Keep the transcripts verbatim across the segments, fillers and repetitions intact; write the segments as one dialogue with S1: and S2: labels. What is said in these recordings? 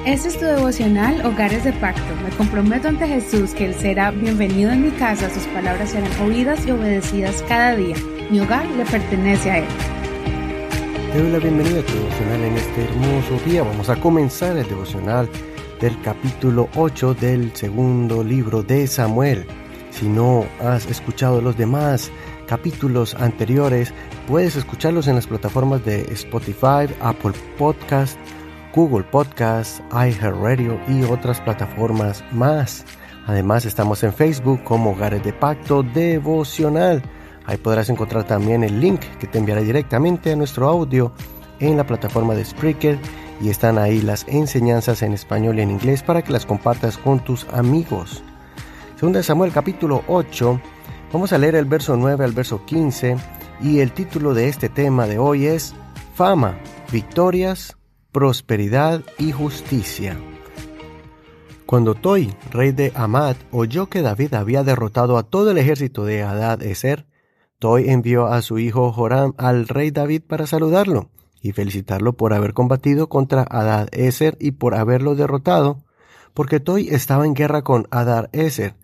S1: Este es tu devocional Hogares de Pacto. Me comprometo ante Jesús que Él será bienvenido en mi casa, sus palabras serán oídas y obedecidas cada día. Mi hogar le pertenece a Él.
S2: Te doy la bienvenida a tu devocional en este hermoso día. Vamos a comenzar el devocional del capítulo ocho del segundo libro de Samuel. Si no has escuchado los demás capítulos anteriores, puedes escucharlos en las plataformas de Spotify, Apple Podcast, Google Podcast, iHeartRadio y otras plataformas más. Además, estamos en Facebook como Hogares de Pacto Devocional. Ahí podrás encontrar también el link que te enviará directamente a nuestro audio en la plataforma de Spreaker, y están ahí las enseñanzas en español y en inglés para que las compartas con tus amigos. Segunda de Samuel capítulo ocho, vamos a leer el verso nueve al verso quince, y el título de este tema de hoy es Fama, Victorias, Prosperidad y Justicia. Cuando Toi, rey de Amad, oyó que David había derrotado a todo el ejército de Hadad-Ezer, Toi envió a su hijo Joram al rey David para saludarlo y felicitarlo por haber combatido contra Hadad-Ezer y por haberlo derrotado, porque Toi estaba en guerra con Hadad-Ezer.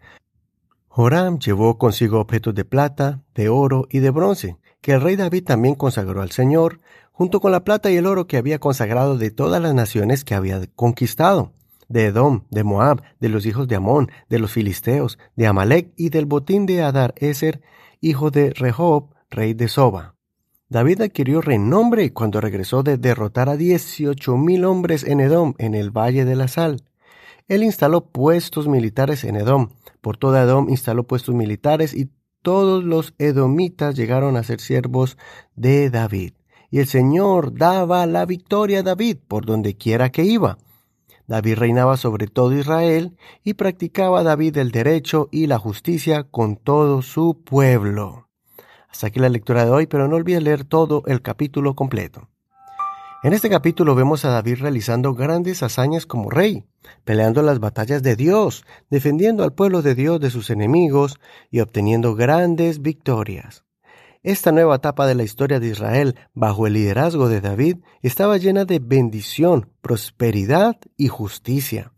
S2: Joram llevó consigo objetos de plata, de oro y de bronce, que el rey David también consagró al Señor, junto con la plata y el oro que había consagrado de todas las naciones que había conquistado, de Edom, de Moab, de los hijos de Amón, de los filisteos, de Amalek y del botín de Hadad-Ezer, hijo de Rehob, rey de Soba. David adquirió renombre cuando regresó de derrotar a dieciocho mil hombres en Edom, en el Valle de la Sal. Él instaló puestos militares en Edom. Por toda Edom instaló puestos militares y todos los edomitas llegaron a ser siervos de David. Y el Señor daba la victoria a David por donde quiera que iba. David reinaba sobre todo Israel y practicaba David el derecho y la justicia con todo su pueblo. Hasta aquí la lectura de hoy, pero no olvides leer todo el capítulo completo. En este capítulo vemos a David realizando grandes hazañas como rey, peleando las batallas de Dios, defendiendo al pueblo de Dios de sus enemigos y obteniendo grandes victorias. Esta nueva etapa de la historia de Israel, bajo el liderazgo de David, estaba llena de bendición, prosperidad y justicia.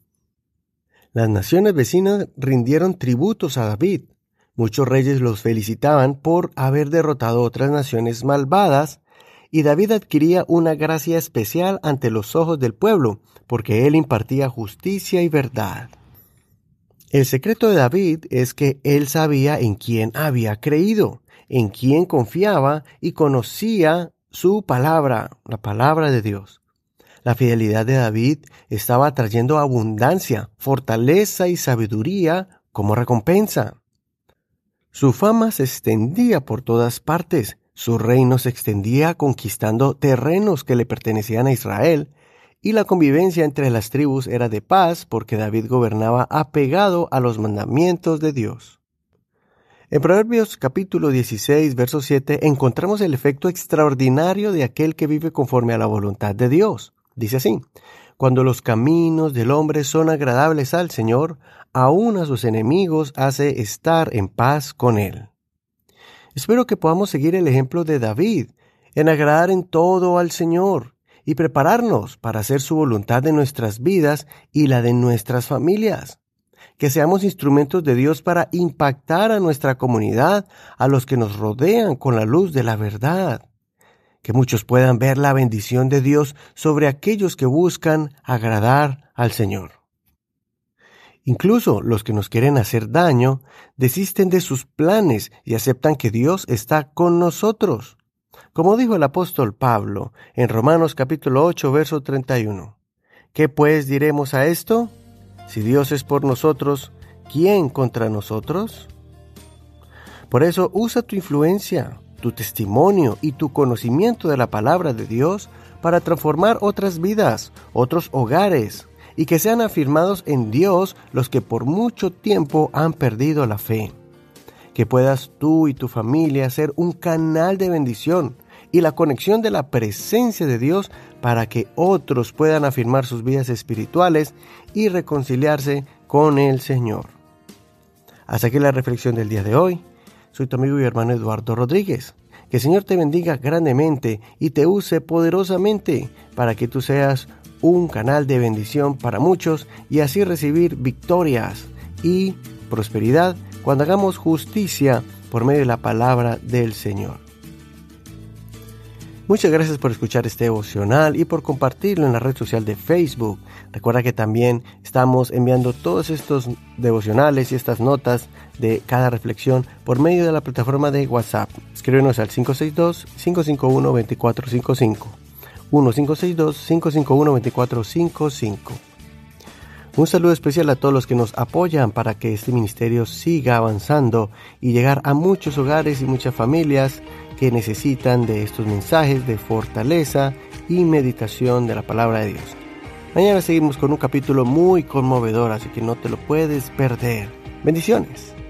S2: Las naciones vecinas rindieron tributos a David. Muchos reyes los felicitaban por haber derrotado otras naciones malvadas, y David adquiría una gracia especial ante los ojos del pueblo, porque él impartía justicia y verdad. El secreto de David es que él sabía en quién había creído, en quién confiaba y conocía su palabra, la palabra de Dios. La fidelidad de David estaba trayendo abundancia, fortaleza y sabiduría como recompensa. Su fama se extendía por todas partes. Su reino se extendía conquistando terrenos que le pertenecían a Israel, y la convivencia entre las tribus era de paz porque David gobernaba apegado a los mandamientos de Dios. En Proverbios capítulo dieciséis, verso siete, encontramos el efecto extraordinario de aquel que vive conforme a la voluntad de Dios. Dice así: cuando los caminos del hombre son agradables al Señor, aún a sus enemigos hace estar en paz con él. Espero que podamos seguir el ejemplo de David, en agradar en todo al Señor y prepararnos para hacer su voluntad en nuestras vidas y la de nuestras familias. Que seamos instrumentos de Dios para impactar a nuestra comunidad, a los que nos rodean con la luz de la verdad. Que muchos puedan ver la bendición de Dios sobre aquellos que buscan agradar al Señor. Incluso los que nos quieren hacer daño desisten de sus planes y aceptan que Dios está con nosotros. Como dijo el apóstol Pablo en Romanos capítulo ocho, verso treinta y uno. ¿Qué pues diremos a esto? Si Dios es por nosotros, ¿quién contra nosotros? Por eso usa tu influencia, tu testimonio y tu conocimiento de la palabra de Dios para transformar otras vidas, otros hogares, y que sean afirmados en Dios los que por mucho tiempo han perdido la fe. Que puedas tú y tu familia ser un canal de bendición y la conexión de la presencia de Dios para que otros puedan afirmar sus vidas espirituales y reconciliarse con el Señor. Hasta aquí la reflexión del día de hoy. Soy tu amigo y hermano Eduardo Rodríguez. Que el Señor te bendiga grandemente y te use poderosamente para que tú seas un canal de bendición para muchos y así recibir victorias y prosperidad cuando hagamos justicia por medio de la palabra del Señor. Muchas gracias por escuchar este devocional y por compartirlo en la red social de Facebook. Recuerda que también estamos enviando todos estos devocionales y estas notas de cada reflexión por medio de la plataforma de WhatsApp. Escríbenos al cinco seis dos, cinco cinco uno, dos cuatro cinco cinco. uno cinco seis dos, cinco cinco uno, dos cuatro cinco cinco. Un saludo especial a todos los que nos apoyan para que este ministerio siga avanzando y llegar a muchos hogares y muchas familias que necesitan de estos mensajes de fortaleza y meditación de la palabra de Dios. Mañana seguimos con un capítulo muy conmovedor, así que no te lo puedes perder. Bendiciones.